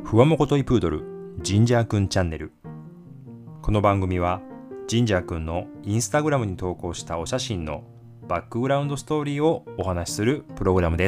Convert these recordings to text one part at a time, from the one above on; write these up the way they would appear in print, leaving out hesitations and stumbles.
ふわもこといプードルジンジャーくんチャンネル。この番組はジンジャーくんのインスタグラムに投稿したお写真のバックグラウンドストーリーをお話しするプログラムです。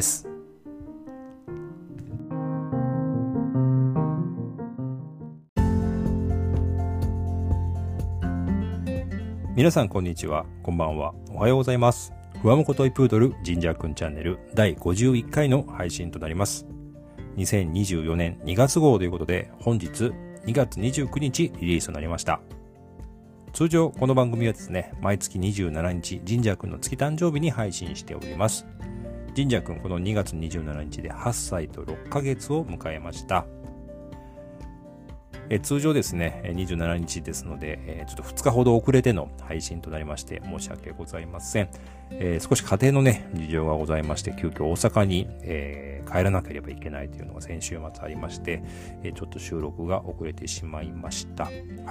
皆さんこんにちは、こんばんは、おはようございます。ふわもこといプードルジンジャーくんチャンネル第51回の配信となります。2024年2月号ということで、本日2月29日リリースとなりました。通常この番組はですね、毎月27日ジンジャーくんの月誕生日に配信しております。ジンジャーくんこの2月27日で8歳と6ヶ月を迎えました。通常ですね、27日ですので、ちょっと2日ほど遅れての配信となりまして申し訳ございません。少し家庭のね、事情がございまして、急遽大阪に、帰らなければいけないというのが先週末ありまして、ちょっと収録が遅れてしまいました。はい。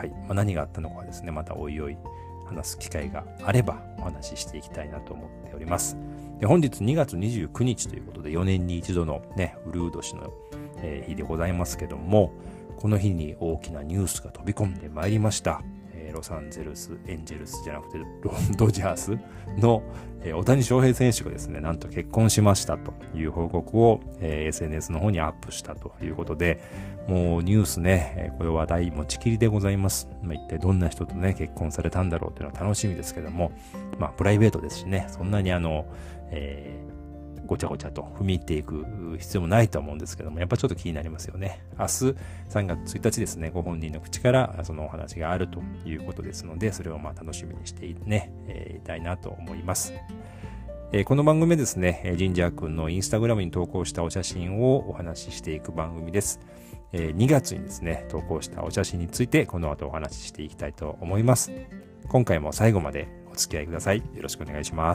何があったのかはですね、またおいおい話す機会があればお話ししていきたいなと思っております。で、本日2月29日ということで、4年に一度のね、うるう年の、日でございますけども、この日に大きなニュースが飛び込んでまいりました。ロサンゼルスエンジェルスじゃなくてドジャースの、大谷翔平選手がですね、なんと結婚しましたという報告を、SNS の方にアップしたということで、もうニュースね、これ話題持ちきりでございます。一体どんな人とね結婚されたんだろうというのは楽しみですけども、プライベートですしね、そんなにごちゃごちゃと踏み入っていく必要もないと思うんですけども、やっぱちょっと気になりますよね。明日3月1日ですね、ご本人の口からそのお話があるということですので、それを楽しみにしてね、いたいなと思います。この番組ですね、ジンジャーくんのインスタグラムに投稿したお写真をお話ししていく番組です。2月にですね、投稿したお写真についてこの後お話ししていきたいと思います。今回も最後までお付き合いください。よろしくお願いします。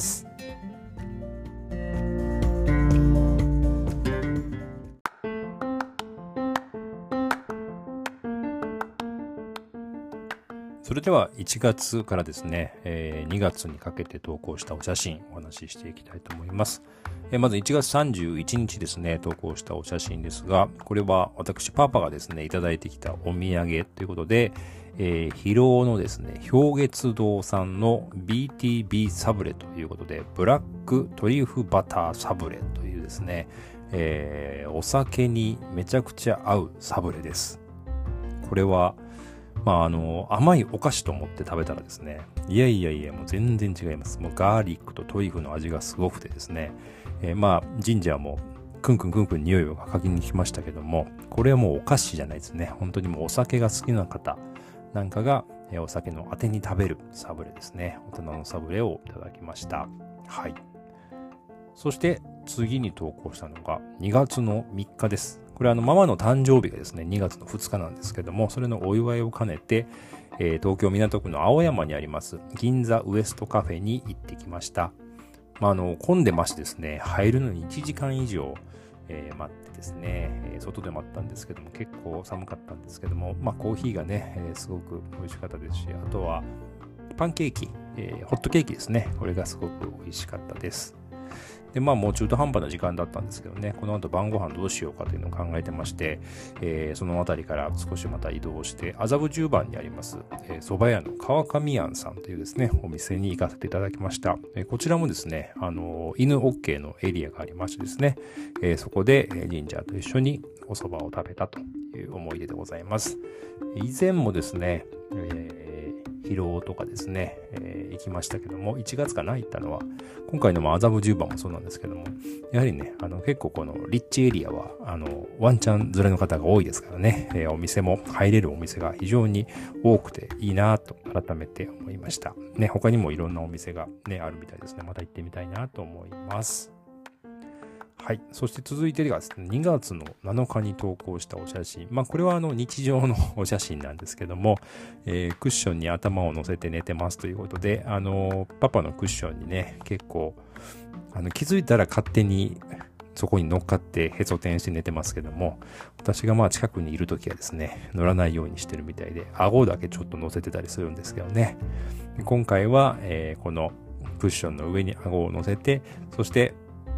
それでは1月からですね、2月にかけて投稿したお写真お話ししていきたいと思います。まず1月31日ですね、投稿したお写真ですが、これは私パパがですね、いただいてきたお土産ということで、広尾のですね、氷月堂さんの BTB サブレということで、ブラックトリュフバターサブレというですね、お酒にめちゃくちゃ合うサブレです。これは甘いお菓子と思って食べたらですね、いや、もう全然違います。もうガーリックとトリュフの味がすごくてですね、ジンジャーもクンクン匂いを嗅ぎに来ましたけども、これはもうお菓子じゃないですね。本当にもうお酒が好きな方なんかが、お酒のあてに食べるサブレですね。大人のサブレをいただきました。はい。そして次に投稿したのが2月の3日です。これはママの誕生日がですね、2月の2日なんですけども、それのお祝いを兼ねて、東京港区の青山にあります銀座ウエストカフェに行ってきました。混んでましてですね、入るのに1時間以上、待ってですね、外で待ったんですけども、結構寒かったんですけども、コーヒーがね、すごく美味しかったですし、あとはパンケーキ、ホットケーキですね、これがすごく美味しかったです。で、もう中途半端な時間だったんですけどね、この後晩ご飯どうしようかというのを考えてまして、そのあたりから少しまた移動して、麻布十番にあります、蕎麦屋の川上庵さんというですね、お店に行かせていただきました。こちらもですね、犬 OK のエリアがありましてですね、そこで、ジンジャーと一緒にお蕎麦を食べたという思い出でございます。以前もですね、広尾とかですね、行きましたけども、1月かな行ったのは、今回の麻布十番もそうなんですけども、やはりね、結構このリッチエリアは、ワンチャン連れの方が多いですからね、お店も入れるお店が非常に多くていいなと改めて思いました。ね、他にもいろんなお店がね、あるみたいですね。また行ってみたいなと思います。はい。そして続いてがですね、2月の7日に投稿したお写真。これは日常のお写真なんですけども、クッションに頭を乗せて寝てますということで、パパのクッションにね、結構、気づいたら勝手にそこに乗っかってへそ天して寝てますけども、私が近くにいるときはですね、乗らないようにしてるみたいで、顎だけちょっと乗せてたりするんですけどね。今回は、このクッションの上に顎を乗せて、そして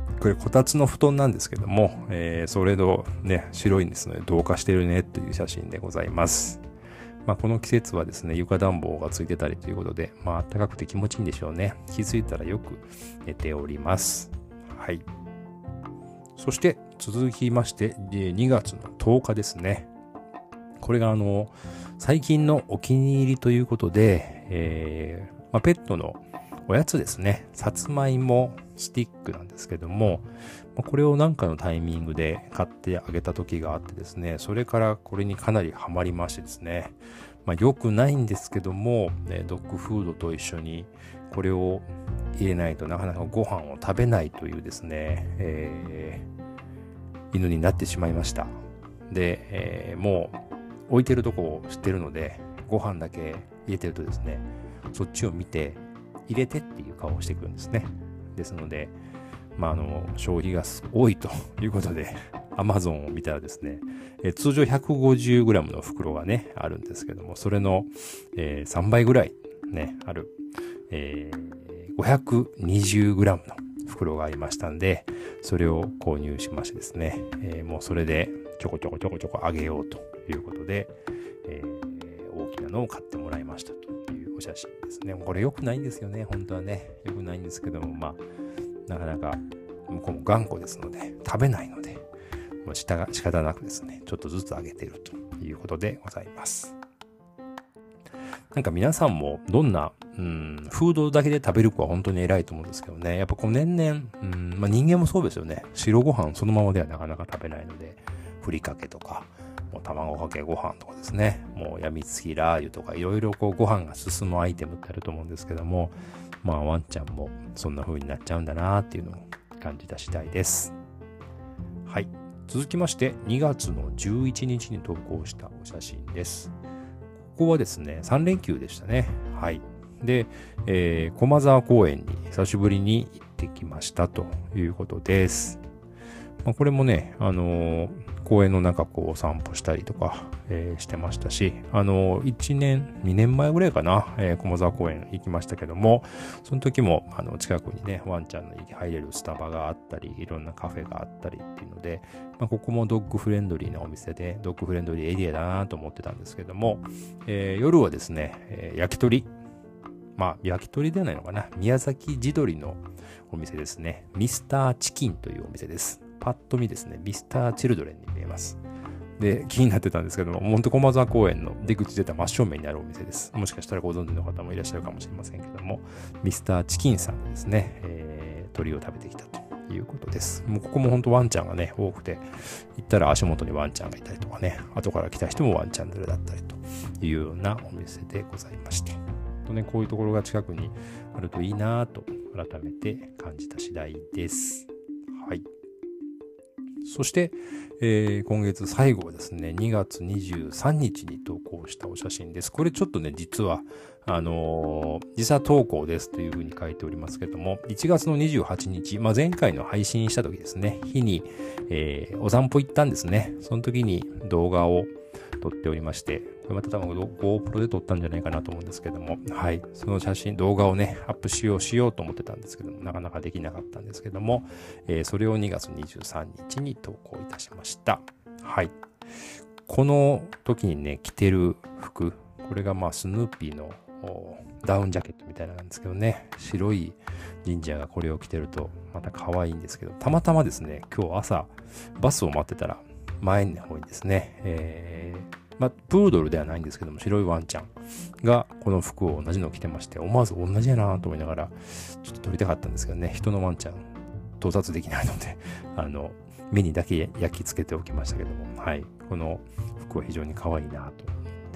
これこたつの布団なんですけども、それのね、白いんですので、同化してるねという写真でございます。この季節はですね、床暖房がついてたりということで、暖かくて気持ちいいんでしょうね。気づいたらよく寝ております。はい。そして続きまして2月の10日ですね。これが最近のお気に入りということで、ペットのおやつですね。さつまいもスティックなんですけども、これを何かのタイミングで買ってあげた時があってですね、それからこれにかなりハマりましてですね、良くないんですけども、ドッグフードと一緒にこれを入れないとなかなかご飯を食べないというですね、犬になってしまいました。で、もう置いてるとこを知ってるので、ご飯だけ入れてるとですね、そっちを見て入れてっていう顔をしてくるんですね。ですので、消費が多いということで、Amazon を見たらですね、通常 150g の袋がね、あるんですけども、それの、3倍ぐらいね、ある、520g の袋がありましたんで、それを購入しましてですね、もうそれでちょこちょこあげようということで、大きなのを買ってもらいましたというお写真ですね。これ良くないんですよね、本当はね。良くないんですけども、なかなか向こうも頑固ですので、食べないので、もう仕方なくですね、ちょっとずつあげているということでございます。なんか皆さんもどんな、フードだけで食べる子は本当に偉いと思うんですけどね。やっぱこう年々、人間もそうですよね。白ご飯そのままではなかなか食べないので、ふりかけとか、もう卵かけご飯とかですね。もうやみつきラー油とかいろいろこうご飯が進むアイテムってあると思うんですけども、ワンちゃんもそんな風になっちゃうんだなっていうのを感じた次第です。はい。続きまして2月の11日に投稿したお写真です。ここはですね、3連休でしたね。はい。で、駒沢公園に久しぶりに行ってきましたということです。これもね、公園の中こうお散歩したりとか、してましたし、1年、2年前ぐらいかな、駒沢公園行きましたけども、その時も、近くにね、ワンちゃんの入れるスタバがあったり、いろんなカフェがあったりっていうので、ここもドッグフレンドリーなお店で、ドッグフレンドリーエリアだなと思ってたんですけども、夜はですね、焼き鳥。焼き鳥ではないのかな。宮崎地鶏のお店ですね。ミスターチキンというお店です。パッと見ですね、ミスターチルドレンに見えます。で、気になってたんですけども、本当駒沢公園の出口出た真正面にあるお店です。もしかしたらご存知の方もいらっしゃるかもしれませんけども、ミスターチキンさんでですね、鳥を食べてきたということです。もうここも本当ワンちゃんがね、多くて、行ったら足元にワンちゃんがいたりとかね、後から来た人もワンちゃん連れだったりというようなお店でございました。こういうところが近くにあるといいなぁと改めて感じた次第です。はい。そして、今月最後はですね、2月23日に投稿したお写真です。これちょっとね、実は、時差投稿ですというふうに書いておりますけども、1月の28日、前回の配信した時ですね、日に、お散歩行ったんですね。その時に動画を撮っておりまして、これまた多分 GoPro で撮ったんじゃないかなと思うんですけども、はい、その動画をね、アップしようと思ってたんですけども、なかなかできなかったんですけども、それを2月23日に投稿いたしました。はい。この時にね、着てる服、これがスヌーピーのダウンジャケットみたいなんですけどね、白いジンジャーがこれを着てるとまた可愛いんですけど、たまたまですね、今日朝バスを待ってたら前の方にですね、プードルではないんですけども、白いワンちゃんがこの服を同じのを着てまして、思わず同じやなと思いながらちょっと撮りたかったんですけどね、人のワンちゃん到達できないので目にだけ焼き付けておきましたけども、はい、この服は非常に可愛いなと思って、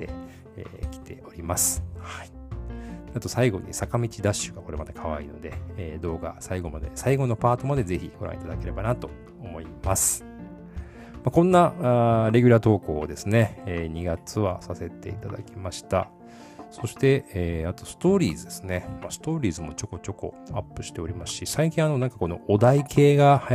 着ております。はい。あと最後に坂道ダッシュがこれまた可愛いので、動画最後のパートまでぜひご覧いただければなと思います。こんなレギュラー投稿をですね、2月はさせていただきました。そして、あとストーリーズですね。ストーリーズもちょこちょこアップしておりますし、最近なんかこのお題系が流行って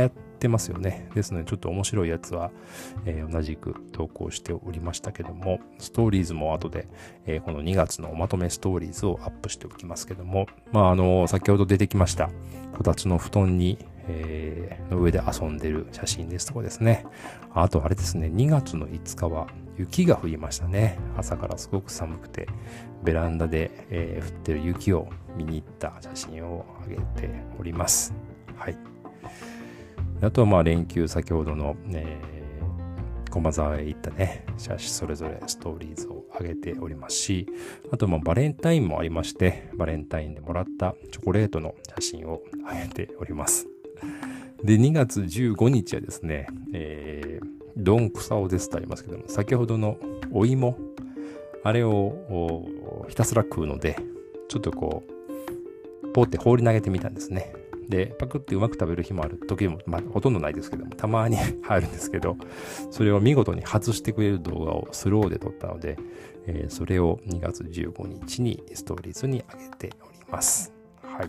ってますよね。ですのでちょっと面白いやつは、同じく投稿しておりましたけども、ストーリーズも後で、この2月のおまとめストーリーズをアップしておきますけども、先ほど出てきましたこたつの布団に、の上で遊んでる写真ですとかですね。あとあれですね、2月の5日は雪が降りましたね。朝からすごく寒くて、ベランダで、降ってる雪を見に行った写真を上げております。はい。あとは連休先ほどの、駒沢へ行ったね、写真それぞれストーリーズを上げておりますし、あとバレンタインもありまして、バレンタインでもらったチョコレートの写真を上げております。で、2月15日はですね、ドンクサオですとありますけども、先ほどのお芋、あれをひたすら食うので、ちょっとこう、ポーって放り投げてみたんですね。で、パクってうまく食べる日もある時も、ほとんどないですけども、たまに入るんですけど、それを見事に外してくれる動画をスローで撮ったので、それを2月15日にストーリーズに上げております。はい。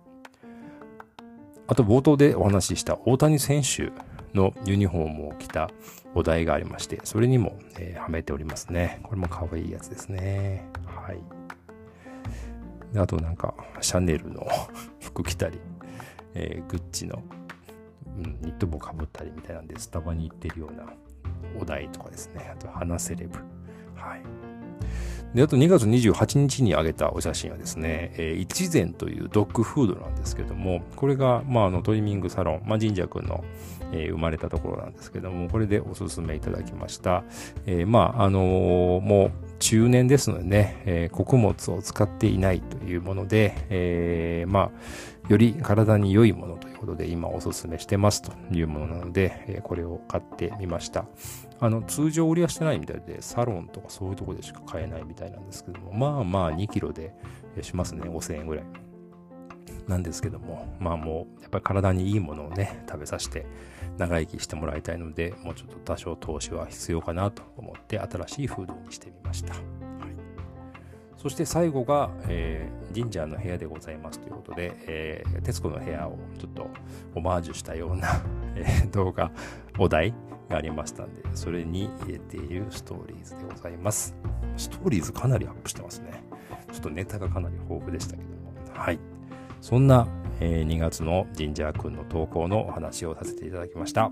あと冒頭でお話しした大谷選手のユニフォームを着たお題がありまして、それにも、はめておりますね。これも可愛いやつですね。はい。であとシャネルの服着たり、グッチの、ニット帽かぶったりみたいなんで、スタバに行ってるようなお題とかですね。あと花セレブ。はい。で、あと2月28日に上げたお写真はですね、一膳というドッグフードなんですけども、これが、トリミングサロン、神社くんの、生まれたところなんですけども、これでおすすめいただきました。もう中年ですのでね、穀物を使っていないというもので、より体に良いものということで今おすすめしてますというものなので、これを買ってみました。通常売りはしてないみたいで、サロンとかそういうところでしか買えないみたいなんですけども、2キロでしますね。5000円ぐらい。なんですけども、もう、やっぱり体にいいものをね、食べさせて長生きしてもらいたいので、もうちょっと多少投資は必要かなと思って、新しいフードにしてみました。はい。そして最後が、ジンジャーの部屋でございますということで、徹子の部屋をちょっとオマージュしたような、動画、お題がありましたんで、それに入れているストーリーズでございます。ストーリーズかなりアップしてますね。ちょっとネタがかなり豊富でしたけども。はい。そんな、2月のジンジャーくんの投稿のお話をさせていただきました。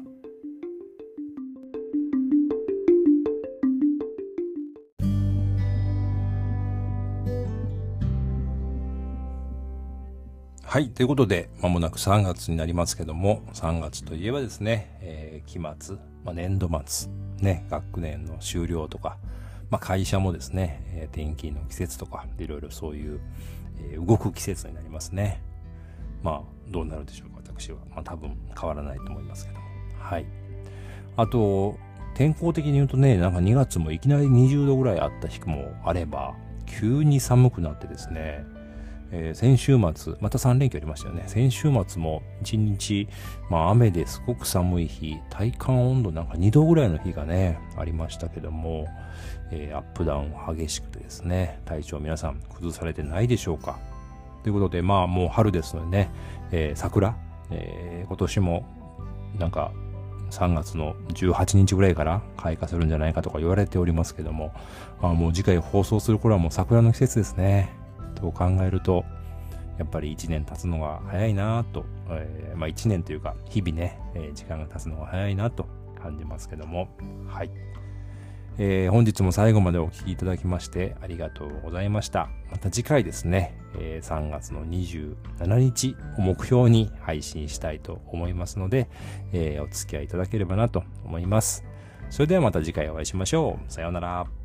はい。ということで、まもなく3月になりますけども、3月といえばですね、期末、年度末、ね、学年の終了とか、会社もですね、転勤の季節とか、いろいろそういう、動く季節になりますね。どうなるでしょうか、私は。多分変わらないと思いますけども。はい。あと、天候的に言うとね、2月もいきなり20度ぐらいあった日もあれば、急に寒くなってですね、先週末、また3連休ありましたよね。先週末も1日、雨ですごく寒い日、体感温度2度ぐらいの日がね、ありましたけども、アップダウン激しくてですね、体調皆さん崩されてないでしょうか。ということで、もう春ですのでね、桜、今年も3月の18日ぐらいから開花するんじゃないかとか言われておりますけども、もう次回放送する頃はもう桜の季節ですね。と考えると、やっぱり1年経つのが早いなと、1年というか日々ね、時間が経つのが早いなと感じますけども、はい。本日も最後までお聞きいただきましてありがとうございました。また次回ですね、3月の27日を目標に配信したいと思いますので、お付き合いいただければなと思います。それではまた次回お会いしましょう。さようなら。